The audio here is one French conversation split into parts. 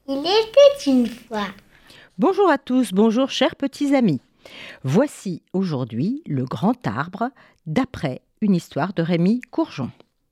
Il était une fois. Bonjour à tous, bonjour chers petits amis. Voici aujourd'hui le grand arbre d'après une histoire de Rémi Courgeon.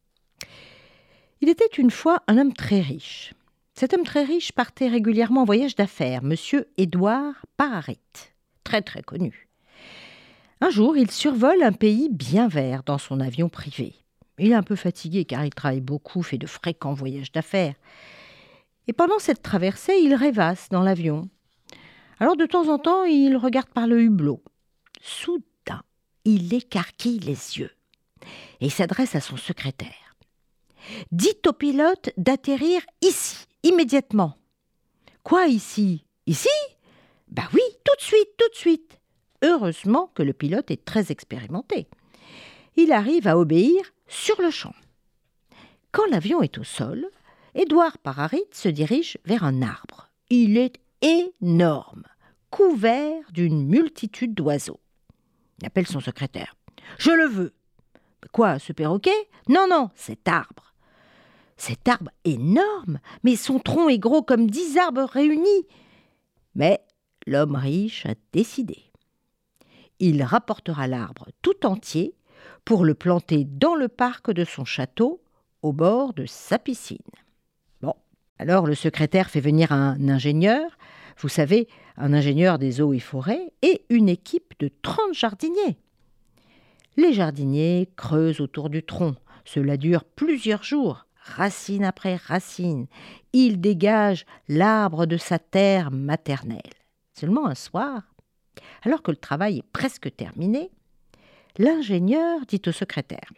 Il était une fois un homme très riche. Cet homme très riche partait régulièrement en voyage d'affaires, monsieur Édouard Pararit, très très connu. Un jour, il survole un pays bien vert dans son avion privé. Il est un peu fatigué car il travaille beaucoup, fait de fréquents voyages d'affaires. Et pendant cette traversée, il rêvasse dans l'avion. Alors de temps en temps, il regarde par le hublot. Soudain, il écarquille les yeux et s'adresse à son secrétaire. « Dites au pilote d'atterrir ici, immédiatement. »« Quoi ici ? Ici ? » ?»« Ben oui, tout de suite, tout de suite. » Heureusement que le pilote est très expérimenté. Il arrive à obéir sur le champ. Quand l'avion est au sol, Édouard Pararit se dirige vers un arbre. Il est énorme, couvert d'une multitude d'oiseaux. Il appelle son secrétaire. « Je le veux. »« Quoi, ce perroquet ? » ? « Non, non, cet arbre. » Cet arbre énorme, mais son tronc est gros comme 10 arbres réunis. Mais l'homme riche a décidé. Il rapportera l'arbre tout entier pour le planter dans le parc de son château, au bord de sa piscine. Bon, alors le secrétaire fait venir un ingénieur, vous savez, un ingénieur des eaux et forêts, et une équipe de 30 jardiniers. Les jardiniers creusent autour du tronc. Cela dure plusieurs jours, racine après racine. Ils dégagent l'arbre de sa terre maternelle. Seulement un soir, alors que le travail est presque terminé, l'ingénieur dit au secrétaire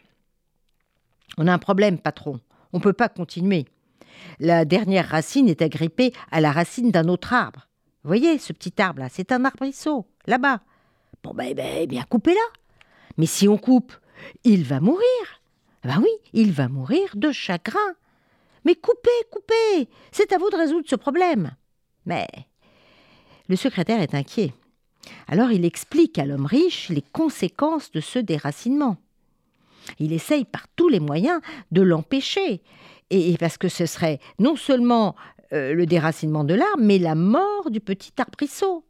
« On a un problème, patron. On ne peut pas continuer. La dernière racine est agrippée à la racine d'un autre arbre. Vous voyez, ce petit arbre-là, c'est un arbrisseau, là-bas. Bon, bien, coupez-la. Mais si on coupe, il va mourir. Ben oui, il va mourir de chagrin. Mais coupez, c'est à vous de résoudre ce problème. » Mais le secrétaire est inquiet. Alors il explique à l'homme riche les conséquences de ce déracinement. Il essaye par tous les moyens de l'empêcher. Et parce que ce serait non seulement le déracinement de l'arbre, mais la mort du petit arbrisseau.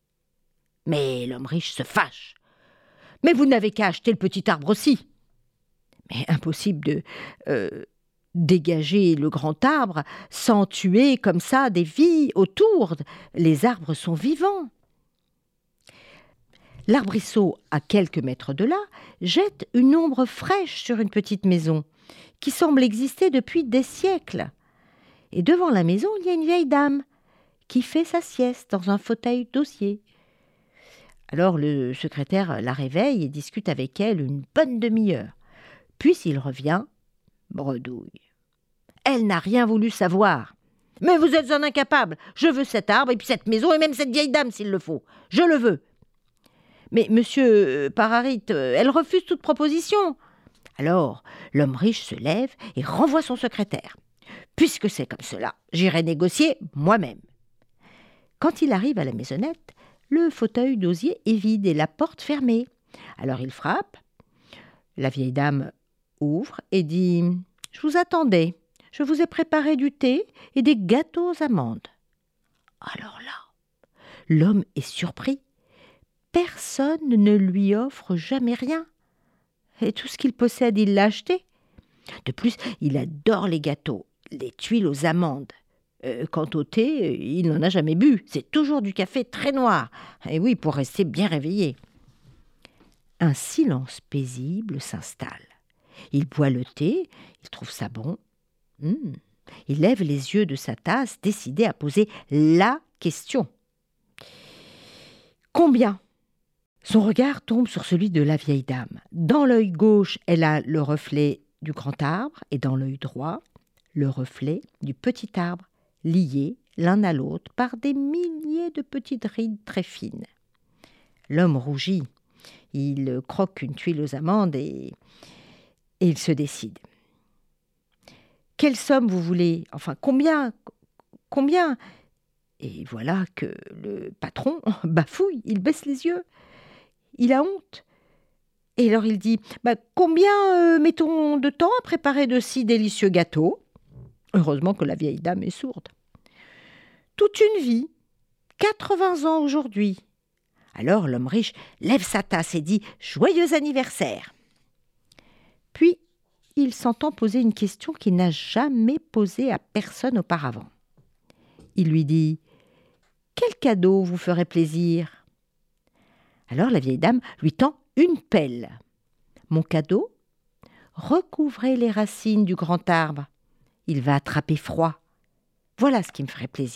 Mais l'homme riche se fâche. « Mais vous n'avez qu'à acheter le petit arbre aussi. » Mais impossible de dégager le grand arbre sans tuer comme ça des vies autour. Les arbres sont vivants. L'arbrisseau, à quelques mètres de là, jette une ombre fraîche sur une petite maison qui semble exister depuis des siècles. Et devant la maison, il y a une vieille dame qui fait sa sieste dans un fauteuil d'osier. Alors le secrétaire la réveille et discute avec elle une bonne demi-heure. Puis il revient, bredouille. Elle n'a rien voulu savoir. « Mais vous êtes un incapable. Je veux cet arbre et puis cette maison et même cette vieille dame s'il le faut. Je le veux. » Mais monsieur Pararit, elle refuse toute proposition. Alors l'homme riche se lève et renvoie son secrétaire. « Puisque c'est comme cela, j'irai négocier moi-même. » Quand il arrive à la maisonnette, le fauteuil d'osier est vide et la porte fermée. Alors il frappe. La vieille dame ouvre et dit « Je vous attendais. Je vous ai préparé du thé et des gâteaux aux amandes. » Alors là, l'homme est surpris. Personne ne lui offre jamais rien. Et tout ce qu'il possède, il l'a acheté. De plus, il adore les gâteaux, les tuiles aux amandes. Quant au thé, il n'en a jamais bu. C'est toujours du café très noir. Et oui, pour rester bien réveillé. Un silence paisible s'installe. Il boit le thé, il trouve ça bon. Il lève les yeux de sa tasse, décidé à poser la question. « Combien ?» Son regard tombe sur celui de la vieille dame. Dans l'œil gauche, elle a le reflet du grand arbre et dans l'œil droit, le reflet du petit arbre, liés l'un à l'autre par des milliers de petites rides très fines. L'homme rougit. Il croque une tuile aux amandes et il se décide. « Quelle somme vous voulez ? Enfin, combien ?» Et voilà que le patron bafouille, il baisse les yeux. Il a honte. Et alors il dit « Combien mettons de temps à préparer de si délicieux gâteaux ?» Heureusement que la vieille dame est sourde. toute une vie, 80 ans aujourd'hui. » Alors l'homme riche lève sa tasse et dit « Joyeux anniversaire !» Puis, il s'entend poser une question qu'il n'a jamais posée à personne auparavant. Il lui dit « Quel cadeau vous ferait plaisir ?» Alors la vieille dame lui tend une pelle. « Mon cadeau ? Recouvrez les racines du grand arbre. Il va attraper froid. Voilà ce qui me ferait plaisir. »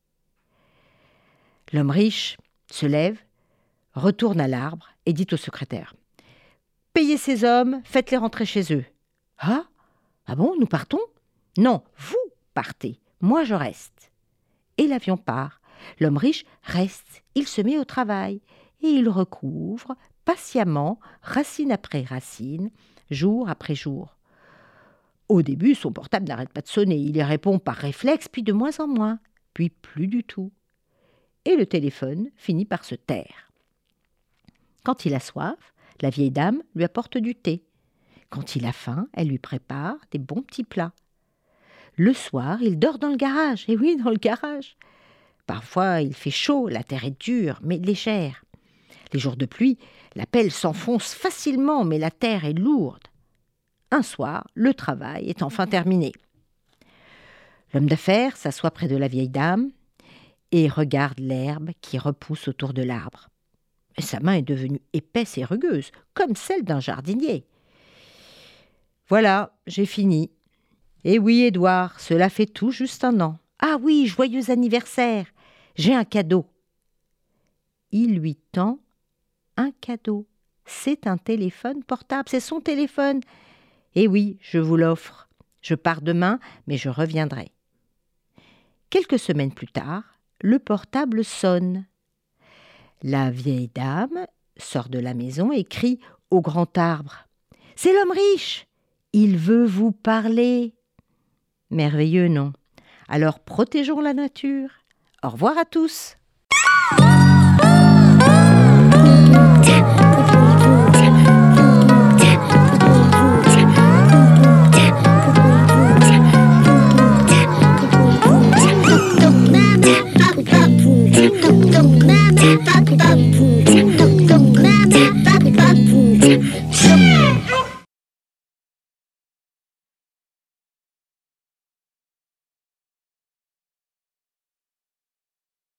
L'homme riche se lève, retourne à l'arbre et dit au secrétaire « Payez ces hommes, faites-les rentrer chez eux. »« Ah bon, nous partons ?»« Non, vous partez, moi je reste. » Et l'avion part. L'homme riche reste, il se met au travail et il recouvre patiemment, racine après racine, jour après jour. Au début, son portable n'arrête pas de sonner. Il y répond par réflexe, puis de moins en moins, puis plus du tout. Et le téléphone finit par se taire. Quand il a soif, la vieille dame lui apporte du thé. Quand il a faim, elle lui prépare des bons petits plats. Le soir, il dort dans le garage. Et oui, dans le garage. Parfois, il fait chaud, la terre est dure, mais légère. Les jours de pluie, la pelle s'enfonce facilement, mais la terre est lourde. Un soir, le travail est enfin terminé. L'homme d'affaires s'assoit près de la vieille dame et regarde l'herbe qui repousse autour de l'arbre. Sa main est devenue épaisse et rugueuse, comme celle d'un jardinier. « Voilà, j'ai fini. Et oui, Édouard, cela fait tout juste 1 an. Ah oui, joyeux anniversaire. J'ai un cadeau. » Il lui tend un cadeau. C'est un téléphone portable, c'est son téléphone. « Eh oui, je vous l'offre. Je pars demain, mais je reviendrai. » Quelques semaines plus tard, le portable sonne. La vieille dame sort de la maison et crie au grand arbre « C'est l'homme riche. Il veut vous parler. » Merveilleux, non ? Alors protégeons la nature. Au revoir à tous.